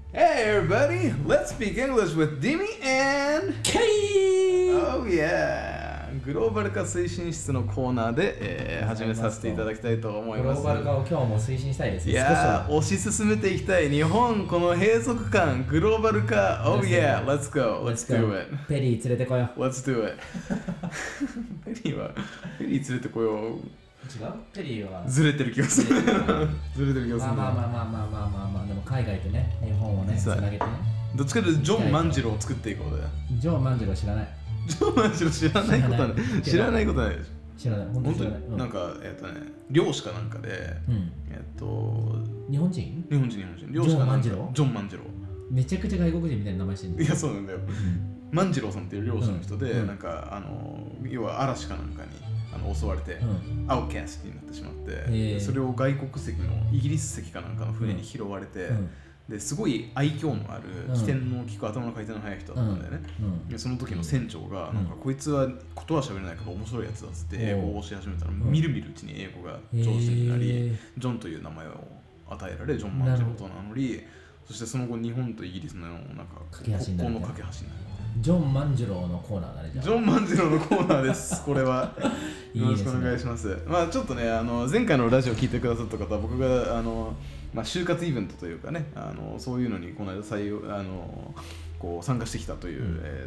Hey everybody, let's speak English with Dimi and K! Oh yeah! グローバル化推進室のコーナーで、始めさせていただきたいと思います。 グローバル化を今日も推進したいですね。 いやー、推し進めていきたい。日本、この閉塞感、グローバル化。Oh yeah, let's go, let's do it. ペリー連れてこよう。 Let's do it. ペリー連れてこよう。 違うペリーはずれてる気がする。ずれてる気がする。 まあでも海外とね、日本をね、つなげてね。 どっちかというとジョン万次郎を作っていこうだよ。 ジョン万次郎知らない。 ジョン万次郎知らないことはない。知らないことはないでしょ。 知らない。本当に知らない。 なんか、漁師かなんかで、 日本人漁師かなんかジョン万次郎めちゃくちゃ外国人みたいな名前してるんだよ。 いや、そうなんだよ。万次郎さんっていう漁師の人で、なんか、要は嵐かなんかに襲われて、アウトキャストになってしまって、それを外国籍のイギリス籍かなんかの船に拾われて、ですごい愛嬌のある起点の利く頭の回転の速い人だったんだよね。でその時の船長がなんかこいつは言葉は喋れないけど面白いやつだっつって英語を教え始めたら、みるみるうちに英語が上手になり、ジョンという名前を与えられジョン万次郎と名乗り、そしてその後日本とイギリスのなんか国交の架け橋になる。 ジョン万次郎のコーナーだね。 ジョン万次郎のコーナーです。これはよろしくお願いします。まあちょっとね、前回のラジオ聞いてくださった方は僕が就活イベントというかね、そういうのにこの間こう参加してきたという、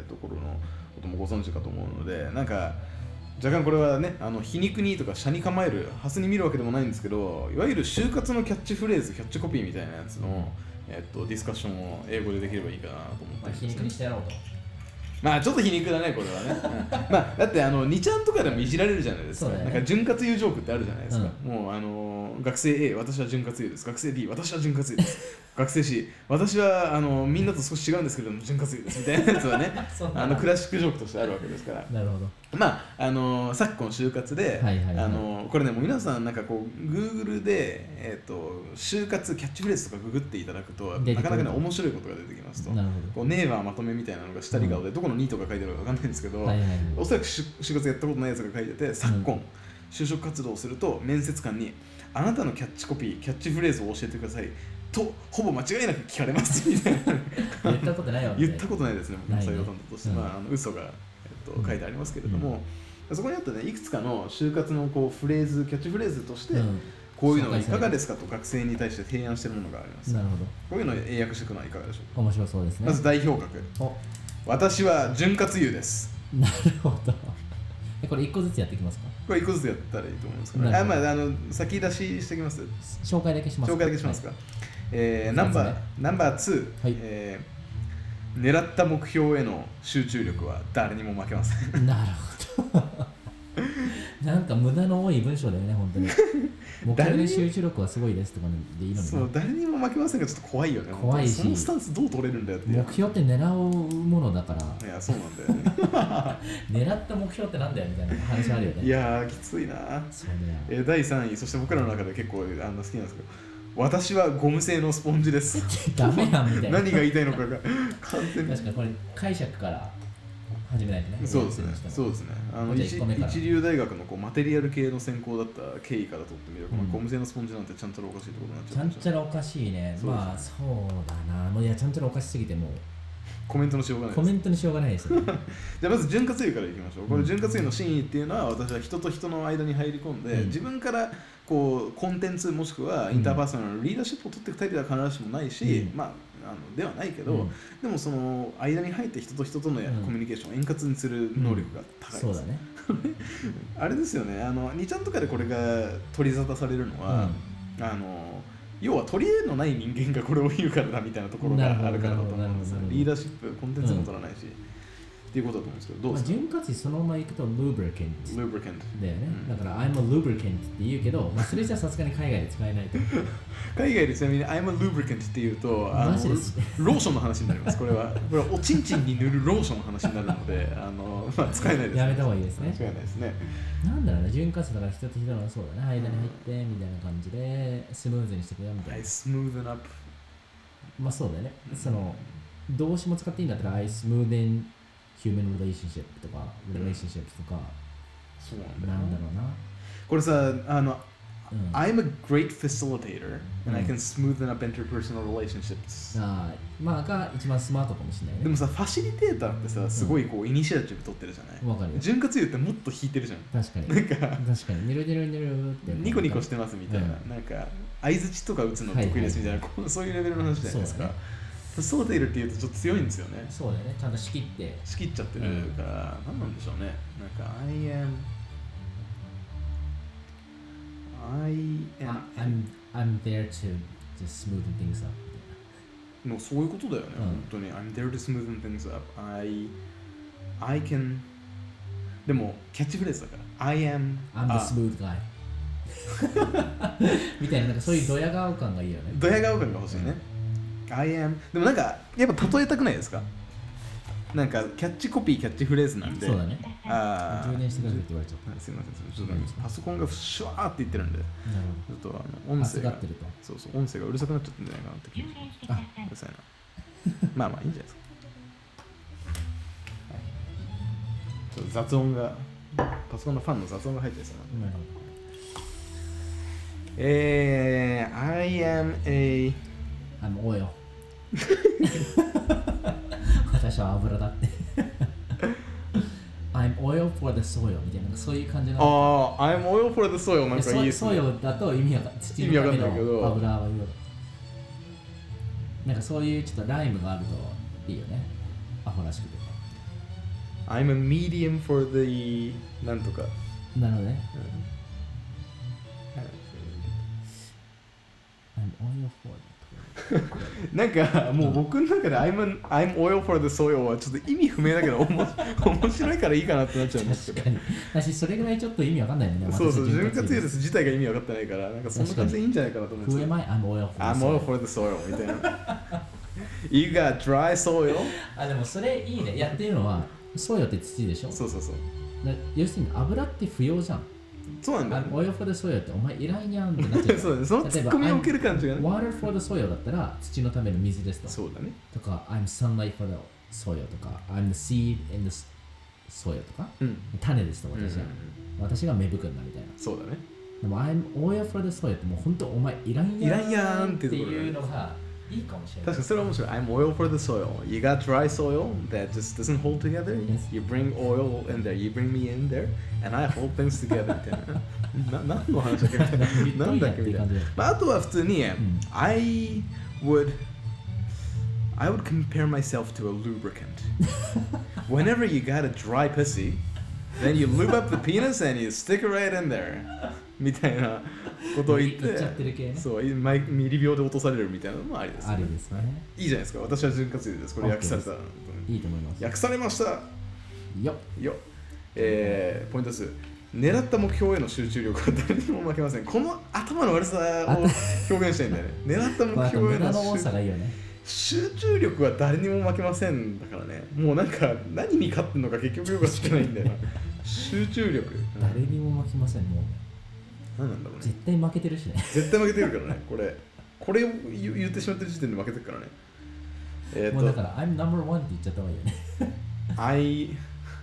ところのこともご存知かと思うので、なんか若干これはね、皮肉にとか車に構えるハスに見るわけでもないんですけど、いわゆる就活のキャッチフレーズ、キャッチコピーみたいなやつの、ディスカッションを英語でできればいいかなと思って、 皮肉にしてやろうと。 まあちょっと皮肉だね、これはね。まあだって2ちゃんとかでもいじられるじゃないですか。なんか潤滑油ジョークってあるじゃないですか。もう学生 A、私は潤滑油です。学生 B、私は潤滑油です。学生 C、私はみんなと少し違うんですけれども潤滑油ですみたいなやつはね、クラシックジョークとしてあるわけですから。 なるほど。まあ昨今就活で、これね、もう皆さんなんかこう Google で就活キャッチフレーズとかググっていただくとなかなかね面白いことが出てきますと。こうネイバーまとめみたいなのが下り顔で、どこの2とか書いてあるかわかんないんですけど、おそらく就活やったことないやつが書いてて、昨今就職活動をすると面接官にあなたのキャッチコピー、キャッチフレーズを教えてくださいとほぼ間違いなく聞かれますみたいな。 言ったことないわけ。 言ったことないですね、僕の採用担当として。嘘が書いてありますけれども、そこにあったね、いくつかの就活のこうフレーズ、キャッチフレーズとして、こういうのいかがですかと学生に対して提案しているものがあります。 なるほど。 こういうのを英訳していくのはいかがでしょうか。 面白そうですね。 まず代表格。私は潤滑油です。 なるほど。これ1個ずつやっていきますか。 これ1個ずつやったらいいと思いますからね。先出ししていきます。 紹介だけしますか。 紹介だけしますか。ナンバー2、狙った目標への集中力は誰にも負けません。 なるほど。なんか無駄の多い文章だよね、本当に。目標で集中力はすごいですとかでいいのに。 そう、誰にも負けませんがちょっと怖いよね。 怖いし、 そのスタンスどう取れるんだよって。 目標って狙うものだから。 いや、そうなんだよね。 狙った目標ってなんだよみたいな話あるよね。 いやー、きついな。 そうだよ。 第3位、そして僕らの中で結構好きなんですけど、私はゴム製のスポンジです。 ダメやんみたいな。 何が言いたいのかが完全に。 確かにこれ解釈から始めないとね。 そうですね。そうですね。一流大学のマテリアル系の専攻だった経緯から取ってみると、ゴム製のスポンジなんてちゃんちゃらおかしいってことになっちゃう。 ちゃんちゃらおかしいね。まあそうだな。もういやちゃんちゃらおかしすぎてもう。 コメントのしようがないです。 コメントにしようがないですね。 じゃあまず潤滑油からいきましょう。これ潤滑油の真意っていうのは、私は人と人の間に入り込んで、自分からこうコンテンツもしくはインターパーソナルのリーダーシップを取っていくタイプでは必ずしもないし、ではないけど、でもその間に入って人と人とのコミュニケーションを円滑にする能力が高いです。 そうだね。 あれですよね、2ちゃんとかでこれが取り沙汰されるのは、要は取り柄のない人間がこれを言うからだみたいなところがあるからだと思うんですよ。リーダーシップ、コンテンツも取らないし、っていうことだと思うんですけど、どうですか。 潤滑油そのまま行くと lubricant だよね。だから I'm a lubricant って言うけど、それじゃさすがに海外で使えないと。 海外でちなみに I'm a lubricant って言うとローションの話になります。これはおちんちんに塗るローションの話になるので使えないです。 やめた方がいいですね。 間違いないですね。 なんだろうね、潤滑油だから人と人のそうだね、間に入ってみたいな感じでスムーズにしてくれよみたいな。 I smooth up。 まあそうだよね。その動詞も使っていいんだったら I smooth in human relationship とか relationships とか、 そうなんだよ。 なんだろうな。 これさ I'm a great facilitator and I can smoothen up interpersonal relationships まあが一番スマートかもしれないね。 でもさファシリテーターってさすごいこうイニシアチブ取ってるじゃない。 わかるよ。 潤滑油ってもっと引いてるじゃん。 確かになんか確かにニルニルニルってニコニコしてますみたいな、なんか相づちとか打つの得意ですみたいな、そういうレベルの話じゃないですか。ファシリテーターって言うとちょっと強いんですよね。 そうだよね。ちゃんと仕切って仕切っちゃってるから、何なんでしょうね。なんか I'm there to just smoothen things up のそういうことだよね、本当に I'm there to smoothen things up I can でもキャッチフレーズだから I'm the smooth guy みたいな、なんかそういうドヤ顔感がいいよね。 ドヤ顔感が欲しいね、I am でもなんかやっぱ例えたくないですか。なんかキャッチコピーキャッチフレーズなんで。 そうだね。充電してくださいって言われちゃった。 すいません、ちょっとパソコンがシュワーって言ってるんで、ちょっと音声がそう音声がうるさくなっちゃったんじゃないかなって気がします。うるさいな。まあまあいいんじゃないですか。ちょっと雑音がパソコンのファンの雑音が入っちゃいそうなんで。I am a I'm oil 私は油だってI'm oil for the soil みたいな、そういう感じの。 I'm oil for the soil なんかいいですね。 soil だと意味わかんない。土のための油は言う。なんかそういうちょっとライムがあるといいよね。アホらしくて。 I'm a medium for the なんとか。 なるほどね。I'm oil for the なんかもう僕の中で I'm oil for the soil はちょっと意味不明だけど面白いからいいかなってなっちゃいますけど。 確かに。私それぐらいちょっと意味わかんないよね。 そうそう、潤滑油です自体が意味わかってないから、なんかそんな感じでいいんじゃないかなと思うんですけど。 Who am I? I'm oil for the soil みたいな。You got dry soil? でもそれいいね。やってるのはソイルって土でしょ。 そうそうそう。 要するに油って不要じゃん。 そうなんだよ、ね。 oil for the soil ってお前いらんやんってなっちゃう。 そうね、そのツッコミを受ける感じがね。 water for the soil だったら土のための水ですと。 そうだね。 とか I'm sunlight for the soil とか I'm the seed in the soil とか、種ですと私は、私が芽吹くんだみたいな。 そうだね。 でも I'm oil for the soil ってもう本当お前いらんやんっていうのがいいかもしれない。 確かにそれは面白い。I'm oil for the soil. You got dry soil that just doesn't hold together. You bring oil in there. You bring me in there. And I hold things together. みたいな。何の話だっけみたいな。なんだっけみたいな。あとは普通に、I would compare myself to a lubricant. Whenever you got a dry pussy, then you lube up the penis and you stick it right in there. みたいなことを言って、そう、ミリ秒で落とされるみたいなのもありですね。 ありですね。 いいじゃないですか。私は潤滑油です。これ訳されたら。 いいと思います。 訳されました。 よっ。ポイント数。狙った目標への集中力は誰にも負けません。この頭の悪さを表現したいんだよね。狙った目標への集中力は誰にも負けませんだからね。もうなんか何に勝ってんのか結局よく知らないんだよな。集中力。 誰にも負けません。もう。 何なんだろうね。 絶対負けてるしね。 絶対負けてるからね。これを言ってしまってる時点で負けてるからね。 もうだから I'm number one って言っちゃった方がいいよね。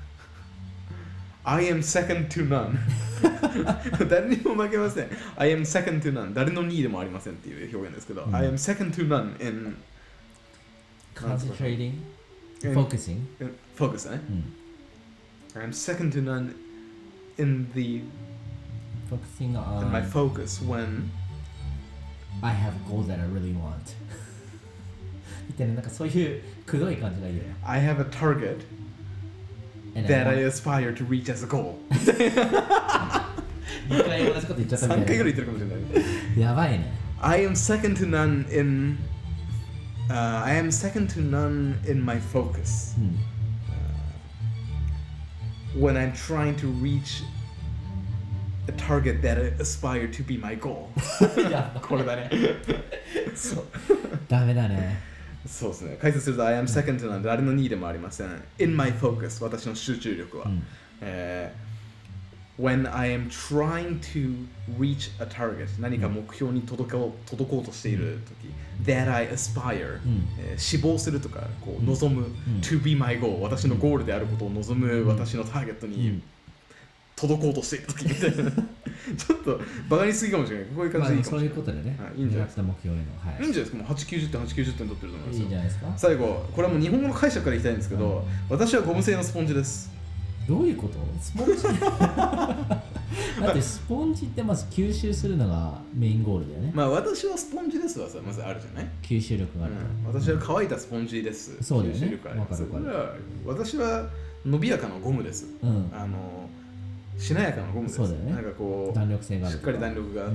I am second to none 誰にも負けません。I am second to none 誰の2位でもありませんっていう表現ですけど、I am second to none in concentrating focusing focus ね、I am second to none in the focusing on in my focus when I have goals that I really want みたいな、なんかそういうくどい感じがいいよね。 I have a target that I aspire to reach as a goal 2回同じこと言っちゃったみたいな。 3回ぐらい言ってるかもしれない。 やばいね。 I am second to none in I am second to none in my focus、when I'm trying to reach a target that I aspire to be my goal これだねそうダメだね。 そうですね。解説すると I am second to none 誰の2位でもありません。In my focus 私の集中力は、when I am trying to reach a target 何か目標に届こうとしている時、that I aspire、志望するとかこう望む、to be my goal 私のゴールであることを望む、私のターゲットに届こうとしている時みたいなちょっとバカにすぎかもしれない。こういう感じでいいかもしれない。 そういうことでね、 いいんじゃないですか。 目標への、 いいんじゃないですか。もう890点、890点取ってると思いますよ。 いいじゃないですか。 最後、これはもう日本語の解釈からいきたいんですけど、私はゴム製のスポンジです。 どういうこと？スポンジだってスポンジってまず吸収するのがメインゴールだよね。 まあ私はスポンジですわさ、まずあるじゃない。 吸収力がある、 私は乾いたスポンジです。 そうだよね。 吸収力あります。私は伸びやかなゴムです。しなやかなゴムです。 そうだよね。 なんかこう弾力性がある。 しっかり弾力があって、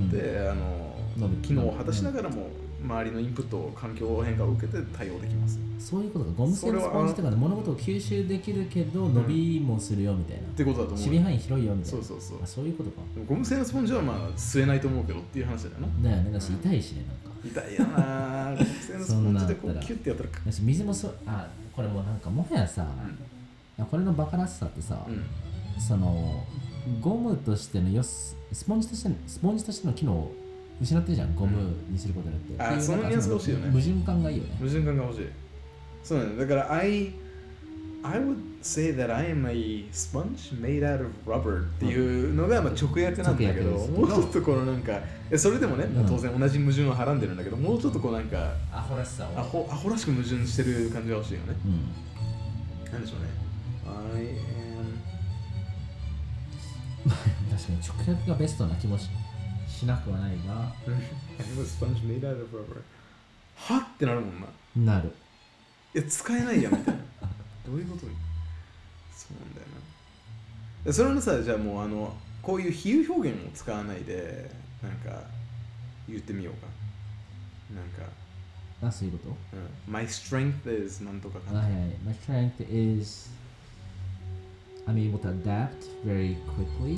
機能を果たしながらも、周りのインプット、環境変化を受けて対応できます。 そういうことか。ゴム製のスポンジとかで物事を吸収できるけど伸びもするよみたいな。 ってことだと思う。 守備範囲広いよみたいな。 そう。 そういうことか。 ゴム製のスポンジはまあ吸えないと思うけどっていう話だよな。 だよね。だし痛いしね、なんか。 痛いよな。ゴム製のスポンジでこうキュッてやったら。 だし水もこれもなんかもはやさ、これのバカらしさってさ、そのゴムとしてのスポンジとしての機能を失ってるじゃん、ゴムにすることによって。 そのニュアンスが欲しいよね。 矛盾感がいいよね。 矛盾感が欲しい。そうなんだ。だから、I would say that I am a sponge made out of rubber っていうのがまあ直訳なんだけど、もうちょっとこのなんか、それでもね、当然同じ矛盾をはらんでるんだけど、もうちょっとこうなんか、 アホらしさを。 アホらしく矛盾してる感じが欲しいよね。なんでしょうね。 確かに直訳がベストな気もしなくはないが。 I'm a sponge made out of rubber。はってなるもんな。 なる。 いや、使えないやみたいな。どういうこと？そうなんだよな。それのさ、じゃあもうこういう比喩表現を使わないで、なんか言ってみようか。なんか。 そういうこと？ My strength is なんとかかな。 はい。My strength is I'm able to adapt very quickly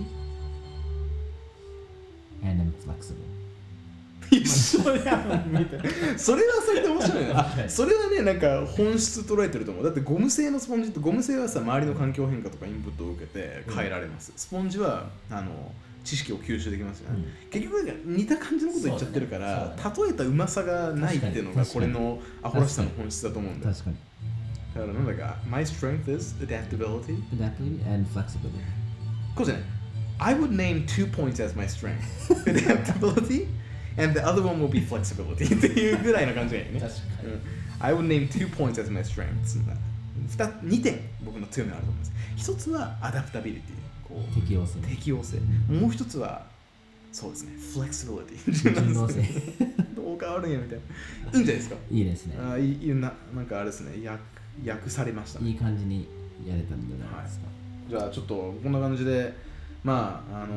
and I'm flexible. 一緒やんみたいな。それはそれで面白いね。それはね、なんか本質捉えてると思う。だってゴム製のスポンジって、ゴム製はさ、周りの環境変化とかインプットを受けて変えられます。スポンジは知識を吸収できますよね。結局似た感じのこと言っちゃってるから、例えたうまさがないっていうのがこれのアホらしさの本質だと思うんだよ。 確かに。 だからなんだか、My strength is adaptability and flexibility. こうじゃない。I would name 2 points as my strength. Adaptability and the other one will be flexibility っていうぐらいな感じがいいね。 確かに。 I would name 2 points as my strengths. 2点僕の強みがあると思います。一つは adaptability。 適応性。 もう一つはそうですね。flexibility。 順応性。 どう変わるんやみたいな。いいんじゃないですか。 いいですね。 なんかあれですね。訳されましたね。 いい感じにやれたんじゃないですか。 じゃあちょっとこんな感じで、まあ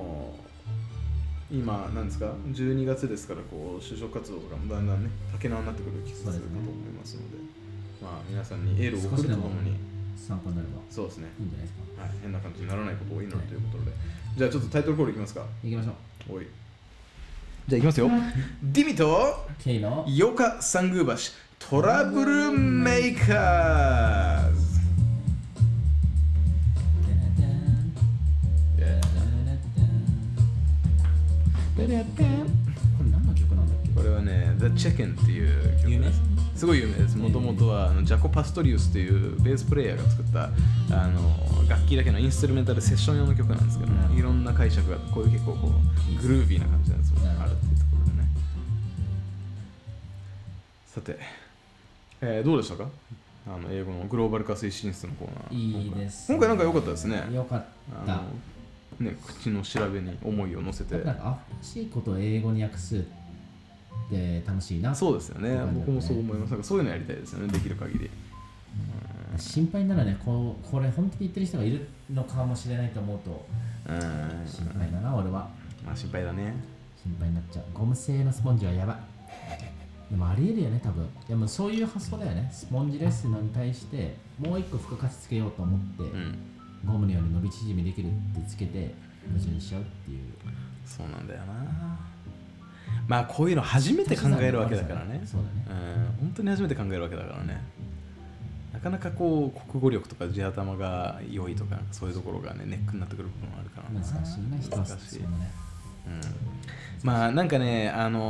今なんですか、12月ですから、こう就職活動とかもだんだんね、竹縄になってくる季節だと思いますので、まあ皆さんにエールを送るとともに参考になれば、 そうですね、 いいんじゃないですか。 はい、変な感じにならないことを祈るということで、じゃあちょっとタイトルコールいきますか。 いきましょう。 おい。じゃあいきますよ。ディミとケイのヨカ三宮橋トラブルメーカーズ。 これ何の曲なんだっけ？ これはね、The Chicken っていう曲です。すごい有名です。もともとはジャコ・パストリウスというベースプレイヤーが作った楽器だけのインストゥルメンタルセッション用の曲なんですけど、いろんな解釈がこういう結構こうグルービーな感じのやつもあるっていうところでね。さて、どうでしたか？英語のグローバル化推進室のコーナー。 いいです。 今回なんか良かったですね。 良かった。 ね、口の調べに思いを乗せて。 なんかアフらしいことを英語に訳すって楽しいな。 そうですよね。僕もそう思います。なんかそういうのやりたいですよね。できる限り。 心配ならね、これ本当に言ってる人がいるのかもしれないと思うと心配だな、俺は。 まあ心配だね。 心配になっちゃう。ゴム製のスポンジはやばい。でもありえるよね、多分。でもそういう発想だよね。スポンジレスのに対してもう一個付加価値つけようと思って、ゴムのように伸び縮みできるってつけて矛盾しちゃうっていう。 そうなんだよな。まあこういうの初めて考えるわけだからね。 そうだね。 本当に初めて考えるわけだからね。なかなかこう国語力とか地頭が良いとかそういうところがねネックになってくることもあるからな。 難しいね、難しい。 まあなんかね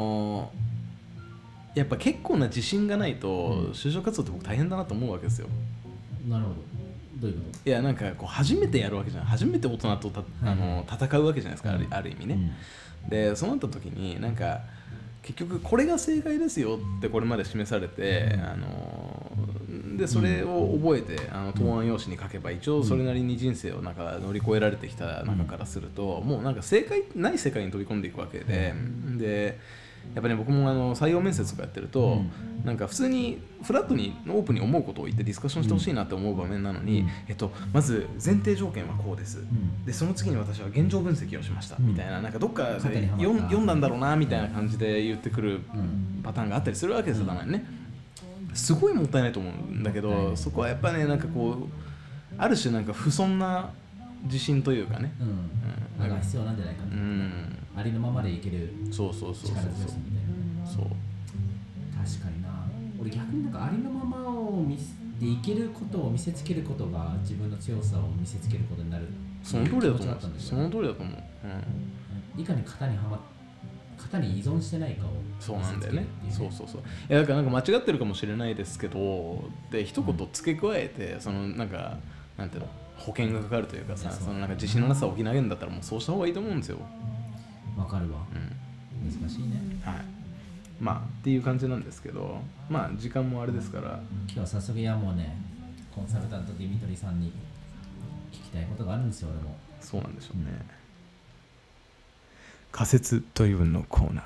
やっぱ結構な自信がないと就職活動って僕大変だなと思うわけですよ。 なるほど。 どういうこと？ いやなんかこう初めてやるわけじゃん。初めて大人と戦うわけじゃないですか、ある意味ね、でそうなった時になんか結局これが正解ですよってこれまで示されて、でそれを覚えて答案用紙に書けば一応それなりに人生をなんか乗り越えられてきた中からすると、もうなんか正解ない世界に飛び込んでいくわけで、やっぱり、ね、僕も採用面接とかやってると、なんか普通にフラットにオープンに思うことを言ってディスカッションしてほしいなって思う場面なのに、まず前提条件はこうです、でその次に私は現状分析をしました、みたいな、なんかどっかで読んだんだろうなみたいな感じで言ってくるパターンがあったりするわけですよ、たまにね。すごいもったいないと思うんだけど、そこはやっぱね、なんかこうある種なんか不遜な自信というかね、 なんか必要なんじゃないかな、ありのままでいける力強さみたいな。そう確かにな。俺逆になんかありのままをでいけることを見せつけることが自分の強さを見せつけることになる。 その通りだと思う。その通りだと思う。 いかに型に依存してないかをそうなんだよね。そういやだからなんか間違ってるかもしれないですけど、で一言付け加えて、そのなんかなんていうの、保険がかかるというかさ、そのなんか自信のなさを補えるんだったらもうそうした方がいいと思うんですよ。 わかるわ。難しいね。 はい。まあっていう感じなんですけど、まあ時間もあれですから、 今日は早速もうね、コンサルタントディミトリさんに聞きたいことがあるんですよ、俺も。 そうなんでしょうね。仮説というのコーナ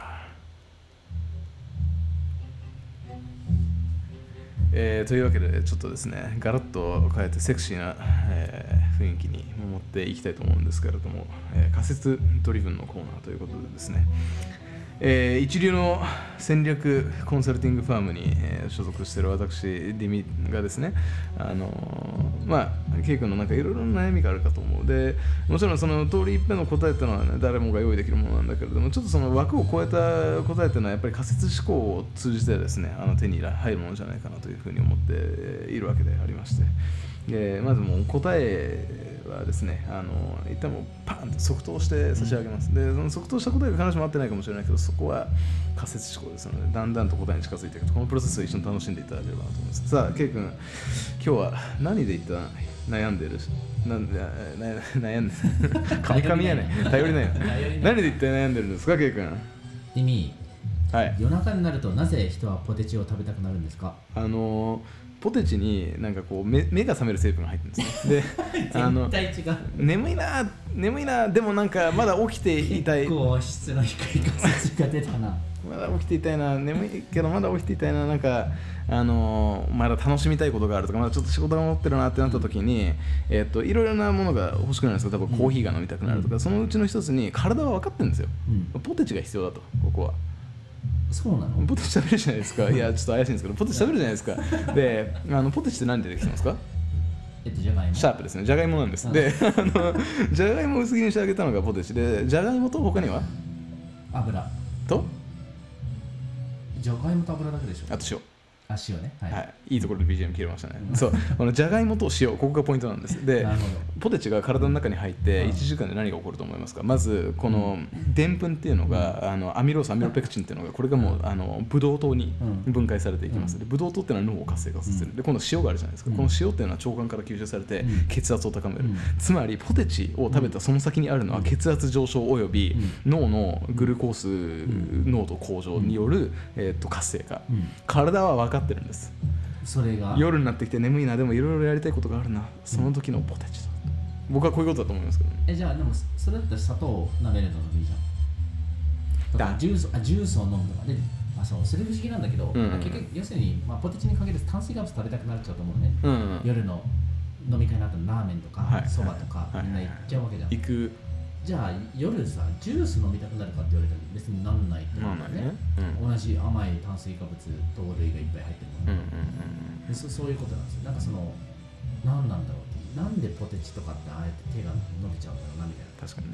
ー。というわけでちょっとですね、ガラッと変えてセクシーな、雰囲気に持っていきたいと思うんですけれども、仮説ドリブンのコーナーということでですね、一流の戦略コンサルティングファームに、所属している私ディミがですね、ケイ君のなんかいろいろな悩みがあるかと思う。でもちろんその通り一遍の答えっていうのは、ね、誰もが用意できるものなんだけれども、ちょっとその枠を超えた答えっていうのはやっぱり仮説思考を通じてですね、手に入るものじゃないかなというふうに思っているわけでありまして、まずもう答えはですね、一旦もうパーンと即答して差し上げます。でその即答した答えが必ずしも合ってないかもしれないけど、そこは仮説思考ですので、だんだんと答えに近づいていくと、このプロセスを一緒に楽しんでいただければなと思います。さあ、ケイ君、今日は何でいった悩んでる悩んでカミカミやねん、頼りないよ何でいった悩んでるんですか、ケイ君。 ディミ、 はい、 夜中になるとなぜ人はポテチを食べたくなるんですか？ ポテチになんかこう 目が覚める成分が入ってるんですね。で絶対違う。 眠いな、でもなんかまだ起きていたい。 結構質の低い仮説が出たな。 まだ起きていたいな、眠いけどまだ起きていたいな、なんかまだ楽しみたいことがあるとか、まだちょっと仕事が持ってるなってなった時に、いろいろなものが欲しくなるんですけど、多分コーヒーが飲みたくなるとか、そのうちの一つに体は分かってるんですよ。ポテチが必要だと、ここは。 そうなの？ ポテチ食べるじゃないですか。いや、ちょっと怪しいんですけど、ポテチ食べるじゃないですか。で、ポテチって何でできてますか？ じゃがいも。 シャープですね。じゃがいもなんです。で、じゃがいもを薄切りにしてあげたのがポテチで、じゃがいもと他には油とじゃがいもと油だけでしょ。 あと塩。 塩ね、はい、 いいところで BGM 切れましたね。そう、このじゃがいもと塩、ここがポイントなんです。で、ポテチが体の中に入って1時間で何が起こると思いますか？まずこのでんぷんっていうのがアミロペクチンっていうのが、これがもうブドウ糖に分解されていきます。でブドウ糖っていうのは脳を活性化させる。で今度塩があるじゃないですか。この塩っていうのは腸管から吸収されて血圧を高める。つまりポテチを食べたその先にあるのは血圧上昇および脳のグルコース濃度向上による活性化。体は分かってるんです。 それが夜になってきて眠いな、でもいろいろやりたいことがあるな、その時のポテチだ。僕はこういうことだと思いますけどね。 じゃあでもそれだったら砂糖を舐めるのがいいじゃん。ジュースを飲むとかで、そうそれ不思議なんだけど、結局要するに、ポテチにかける炭水化物食べたくなっちゃうと思うね。夜の飲み会の後のラーメンとかそばとかみんな行っちゃうわけじゃん。 行く。 じゃあ夜さ、ジュース飲みたくなるかって言われたら別になんないって思うんだよね。同じ甘い炭水化物、糖類がいっぱい入ってるもの、そういうことなんですよ。なんかその何なんだろう、なんでポテチとかってあえて手が伸びちゃうんだろうなみた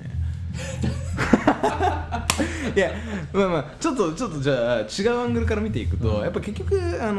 いな。 確かにね。いや、ちょっとじゃあ違うアングルから見ていくと、やっぱ結局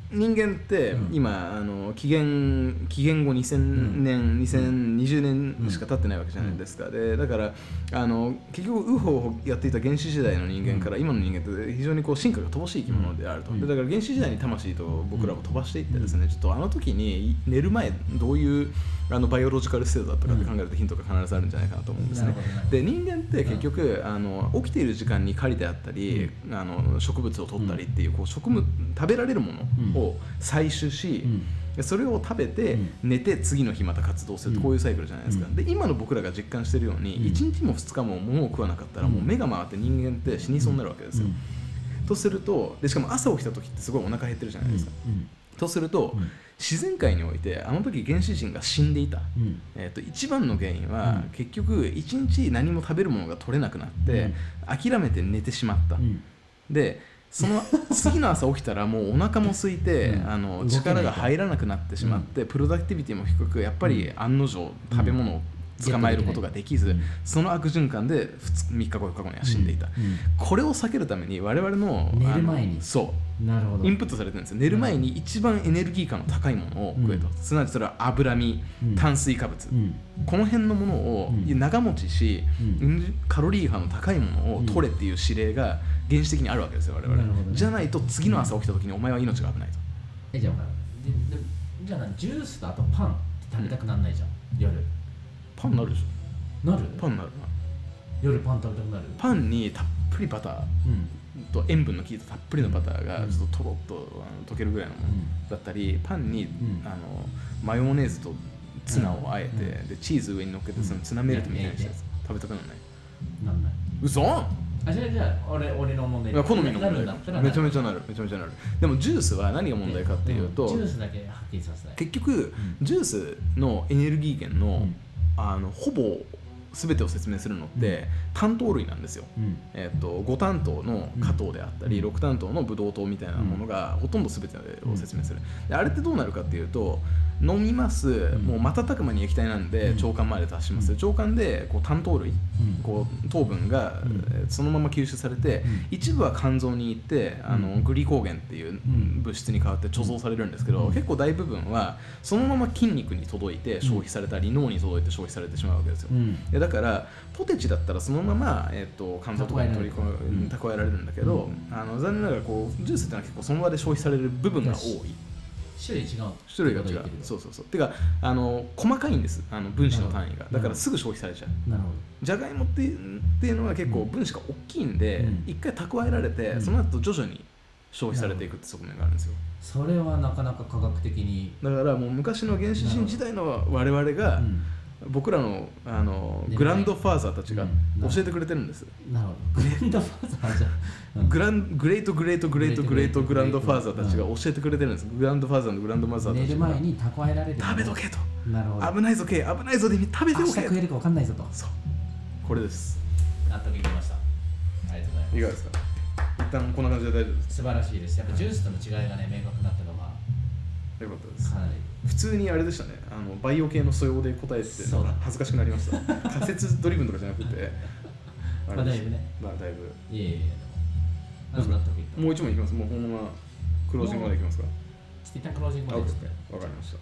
人間って今、紀元後2000年、2020年しか経ってないわけじゃないですか。でだから結局ウホをやっていた原始時代の人間から今の人間って非常にこう進化が乏しい生き物であると。でだから原始時代に魂と僕らを飛ばしていってですね、ちょっとあの時に寝る前どういうバイオロジカルステートだったかって考えるとヒントが必ずあるんじゃないかなと思うんですね。で人間って結局起きている時間に狩りであったり、植物を取ったりっていう、食べられるものを採取し、それを食べて寝て次の日また活動する、こういうサイクルじゃないですか。で今の僕らが実感しているように、1日も2日も物を食わなかったらもう目が回って人間って死にそうになるわけですよ。とするとしかも朝起きた時ってすごいお腹減ってるじゃないですか。とすると、自然界においてあの時原始人が死んでいた、一番の原因は、結局一日何も食べるものが取れなくなって、諦めて寝てしまった、でその次の朝起きたらもうお腹も空いて、力が入らなくなってしまって、プロダクティビティも低く、やっぱり案の定食べ物を捕まえることができず、その悪循環で3日後4日後には死んでいた、これを避けるために我々の寝る前になるほどインプットされてるんですよ。寝る前に一番エネルギー価の高いものを食えと、すなわちそれは脂身、炭水化物、この辺のものを長持ちし、カロリー波の高いものを取れっていう指令が原始的にあるわけですよ我々、じゃないと次の朝起きた時にお前は命が危ないと。 じゃあじゃあジュースとあとパンって食べたくならないじゃん、夜。 パンなるでしょ。 なる？ パンなるな。 夜パン食べたくなる？ パンにたっぷりバターと塩分の効いたたっぷりのバターがちょっととろっと溶けるぐらいのものだったり、パンにマヨネーズとツナをあえて、でチーズ上に乗っけてそのツナメルトみたいなやつ食べたくならない？ なんない。 嘘？ じゃあ俺の問題好みの問題。めちゃめちゃなる。でもジュースは何が問題かっていうと、 ジュースだけはっきりさせたい。 結局ジュースのエネルギー源のほぼ全てを説明するのって単糖類なんですよ。5単糖の果糖であったり、6単糖のブドウ糖みたいなものがほとんど全てを説明する。であれってどうなるかっていうと、飲みます、もう瞬く間に液体なんで腸管まで達します。腸管でこう単糖類、こう糖分がそのまま吸収されて、一部は肝臓に行ってグリコーゲンっていう物質に変わって貯蔵されるんですけど、結構大部分はそのまま筋肉に届いて消費されたり、脳に届いて消費されてしまうわけですよ。だからポテチだったらそのまま、肝臓とかに取り蓄えられるんだけど、残念ながらこうジュースってのは結構その場で消費される部分が多い。 種類が違う。 そうてか細かいんです、分子の単位が。だからすぐ消費されちゃう。 なるほど。 じゃがいもっていうのは結構分子が大きいんで、一回蓄えられて、その後徐々に消費されていくって側面があるんですよ。 それはなかなか科学的に。 だからもう昔の原始人時代の我々が、僕らのグランドファーザーたちが教えてくれてるんです。 なるほど。グランドファーザーじゃん。 グレートグランドファーザーたちが教えてくれてるんです。グランドファーザーのグランドマザーたちが。 寝る前に蓄えられる。 食べとけと。 なるほど。 危ないぞで食べておけ。 明日食えるか分かんないぞと。 そう。これです。 納得いきました。ありがとうございます。 いかがですか。一旦こんな感じで大丈夫です。 素晴らしいです。やっぱジュースとの違いがね、明確になったのがよかったです。 かなり。 普通にあれでしたね。バイオ系の素養で答えて恥ずかしくなりました。仮説ドリブンとかじゃなくて。 だいぶね。 だいぶ。 いえ。納得いった。 もう一問いきます。もうこのままクロージングまでいきますか。 一旦クロージングまでですね。 わかりました。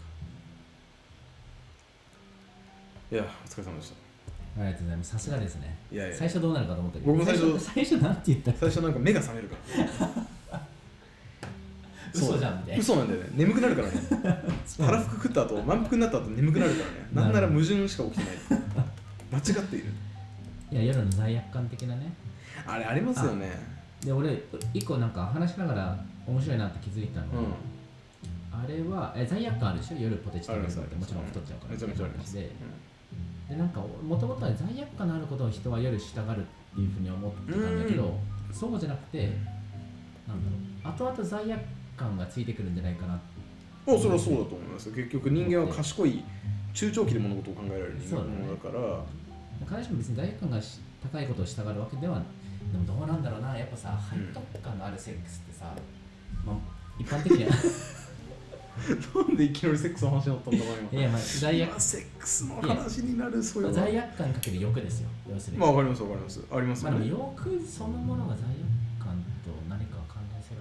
いや、お疲れ様でした。 ありがとうございます。さすがですね。 いや最初どうなるかと思ったけど。 僕も最初なんて言ったっけ？ 最初なんか目が覚めるから。 嘘じゃんみたいな。 嘘なんだよね。眠くなるからね。たらふく食った後、満腹になった後眠くなるからね。なんなら矛盾しか起きてない。間違っている。 いや、夜の罪悪感的なね。 あれありますよね。 で、俺、一個なんか話しながら面白いなって気づいたのは、あれは罪悪感あるでしょ、夜ポテチ食べるのって。もちろん太っちゃうから。 めちゃめちゃあります。 で、なんかもともとは罪悪感のあることを人は夜したがるっていうふうに思ってたんだけど、そうじゃなくて、なんだろう、後々罪悪感がついてくるんじゃないかな。 それはそうだと思います。結局人間は賢い中長期で物事を考えられる人間だから、 必ずしも別に罪悪感が高いことをしたがるわけでは、でもどうなんだろうな。やっぱさ、背徳感のあるセックスってさ、一般的にはなんでいきなりセックスの話になったんだろう今。いや、罪悪セックスの話になる。そういう罪悪感かける欲ですよ、要するに。 わかります。ありますよね。 でも欲そのものが罪悪感と何か関連性が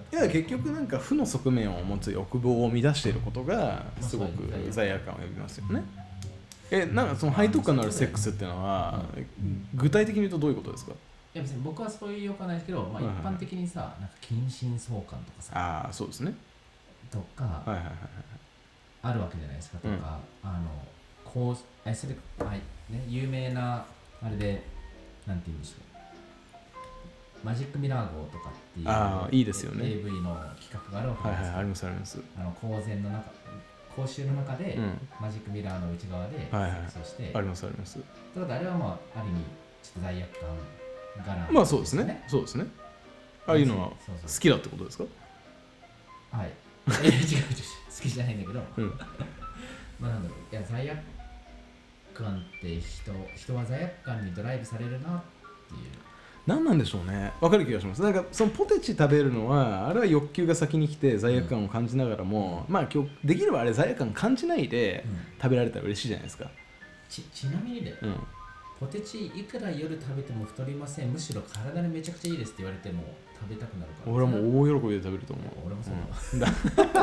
いや結局なんか負の側面を持つ欲望を乱していることがすごく罪悪感を呼びますよね。なんかその背徳感のあるセックスっていうのは、具体的に言うとどういうことですか？ いや別に僕はそういう欲はないですけど、まあ、一般的にさ、なんか近親相関とかさ、 ああそうですねとか、あるわけじゃないですかとか、こうそれ、はいね、有名なあれでなんて言うんでしょう、マジックミラー号とかっていういいですよね AV の企画があるわけですよ。 ありますあります。 公衆の中で、マジックミラーの内側でセックスをして、 ありますあります。 ただあれはまあある意味ちょっと罪悪感がまあそうですねそうですね。ああいうのは好きだってことですか？ はい。違う好きじゃないんだけど、まあなんだろう、いや罪悪感って人は罪悪感にドライブされるなっていう。 何なんでしょうね。分かる気がします。なんかそのポテチ食べるのはあれは欲求が先に来て罪悪感を感じながらも、まあ今日できればあれ罪悪感感じないで食べられたら嬉しいじゃないですか。 ちなみにね、ポテチいくら夜食べても太りません、むしろ体にめちゃくちゃいいですって言われても食べたくなるから。 俺はもう大喜びで食べると思う。 俺もそうだ、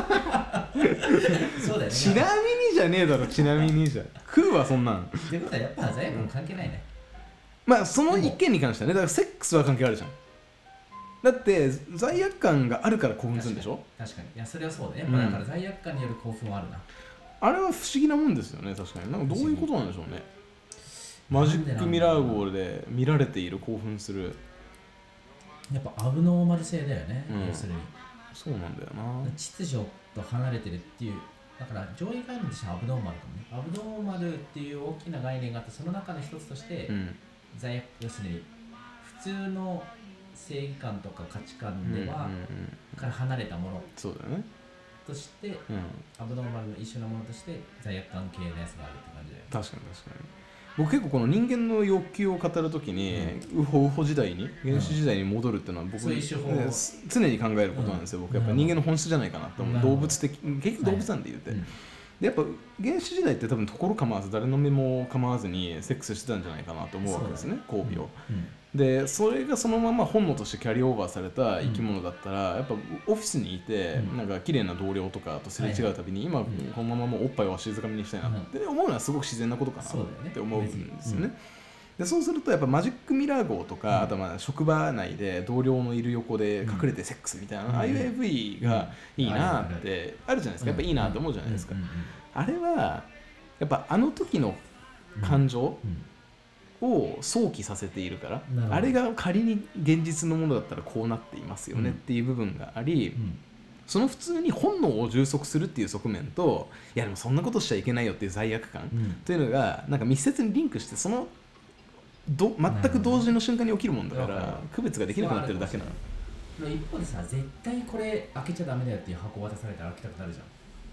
そうだよね。 ちなみにじゃねえだろ。ちなみにじゃ食うわそんなん。 ってことはやっぱ罪悪感関係ないね。 まあその一件に関してはね、だからセックスは関係あるじゃん。だって罪悪感があるから興奮するんでしょ。 確かに。いやそれはそうだね。やっぱだから罪悪感による興奮はあるな。 あれは不思議なもんですよね。確かに。なんかどういうことなんでしょうね。マジックミラー号で見られている興奮する。 やっぱアブノーマル性だよね。要するに。 そうなんだよな。 秩序と離れてるっていう。だから上位概念としてはアブノーマルかもね。アブノーマルっていう大きな概念があって、その中の一つとして、罪悪、要するに普通の正義感とか価値観では、から離れたものそうだよねとして、アブノーマルの一種のものとして罪悪感系のやつがあるって感じで。 確かに確かに。僕結構この人間の欲求を語るときに、ウホ時代に原始時代に戻るっていうのは僕、常に考えることなんですよ。僕やっぱ人間の本質じゃないかなって思う。動物的、結局動物なんで言うて、でやっぱ原始時代って多分所構わず誰の目も構わずにセックスしてたんじゃないかなと思うわけですね、交尾を。でそれがそのまま本能としてキャリーオーバーされた生き物だったら、やっぱオフィスにいて、なんか綺麗な同僚とかとすれ違うたびに、今このままもうおっぱいを静かめにしたいなって思うのはすごく自然なことかなって思うんですよね。でそうするとやっぱマジックミラー号とか、あとまあ職場内で同僚のいる横で隠れてセックスみたいな、ああいう AV がいいなってあるじゃないですか。やっぱいいなって思うじゃないですか。あれはやっぱあの時の感情を想起させているから、あれが仮に現実のものだったらこうなっていますよねっていう部分があり、その普通に本能を充足するっていう側面と、いやでもそんなことしちゃいけないよっていう罪悪感というのがなんか密接にリンクして、その全く同時の瞬間に起きるもんだから区別ができなくなってるだけなの。 一方でさ、絶対これ開けちゃダメだよっていう箱渡されたら開けたくなるじゃん。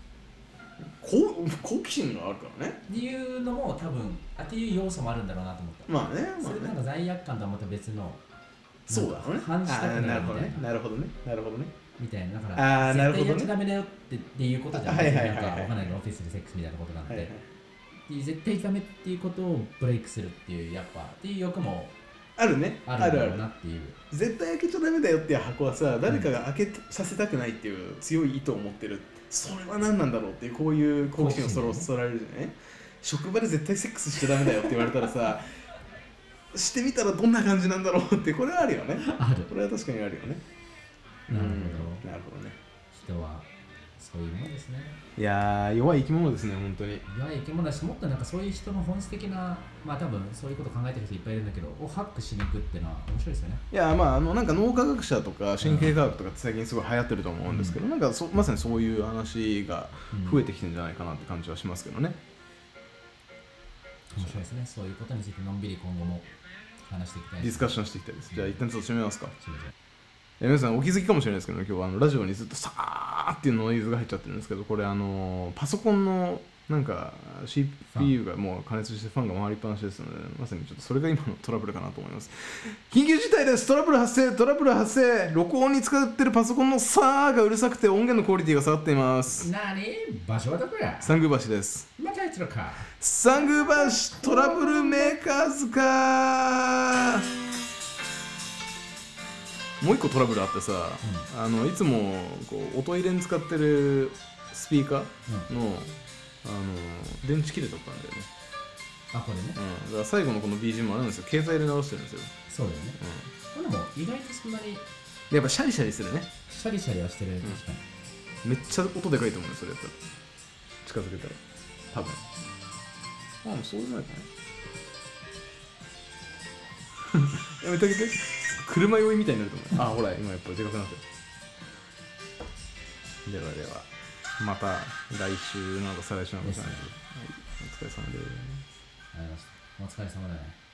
好奇心があるからねっていうのも多分っていう要素もあるんだろうなと思った。 まあね、 それなんか罪悪感とはまた別の、 そうだね、 反したくなるみたいな。 なるほどねみたいな。だから絶対やっちゃダメだよっていうことじゃないですか。なんかわかんないけどオフィスでセックスみたいなことなんて、絶対ダメっていうことをブレイクするっていう、やっぱっていう欲もあるね。 あるだろうなっていう。 絶対開けちゃダメだよっていう箱はさ、誰かが開けさせたくないっていう強い意図を持ってる。それは何なんだろうっていう、こういう好奇心をそられるじゃない。職場で絶対セックスしちゃダメだよって言われたらさしてみたらどんな感じなんだろうって、これはあるよね。 ある。 これは確かにあるよね。 なるほどね。人はそういうものですね。 いやー、弱い生き物ですね、本当に。 弱い生き物だし、もっとなんかそういう人の本質的な、まあ多分そういうこと考えてる人いっぱいいるんだけど、をハックしに行くっていうのは面白いですよね。 いや、まあなんか脳科学者とか神経科学とかって最近すごい流行ってると思うんですけど、なんかまさにそういう話が増えてきてるんじゃないかなって感じはしますけどね。 面白いですね。そういうことについてのんびり今後も話していきたいです。 ディスカッションしていきたいです。じゃあ一旦ちょっと締めますか。皆さんお気づきかもしれないですけど、今日はラジオにずっとサーっていうノイズが入っちゃってるんですけど、これパソコンのなんか CPU がもう加熱してファンが回りっぱなしですので、まさにちょっとそれが今のトラブルかなと思います。緊急事態です。トラブル発生。録音に使ってるパソコンのサーがうるさくて音源のクオリティが下がっています。 場所はどこや？ 三宮橋です。 またいつのか。 三宮橋トラブルメーカーズか。 もう一個トラブルあってさ、いつもこう音入れに使ってるスピーカーの、電池切れとったんだよね。 これね。 だから最後のこの BGM もあるんですよ。携帯で直してるんですよ。 そうだよね。でも意外とそんなにやっぱシャリシャリするね。 シャリシャリはしてる、確かに。 めっちゃ音でかいと思うよ、それやったら。近づけたら。多分。もうそういうのやったね。やめてあげて。車酔いみたいになると思う。ほら、今やっぱでかくなってる。ではでは、また来週など再来週などじゃないけど。はい、お疲れ様です。 お疲れ様だね。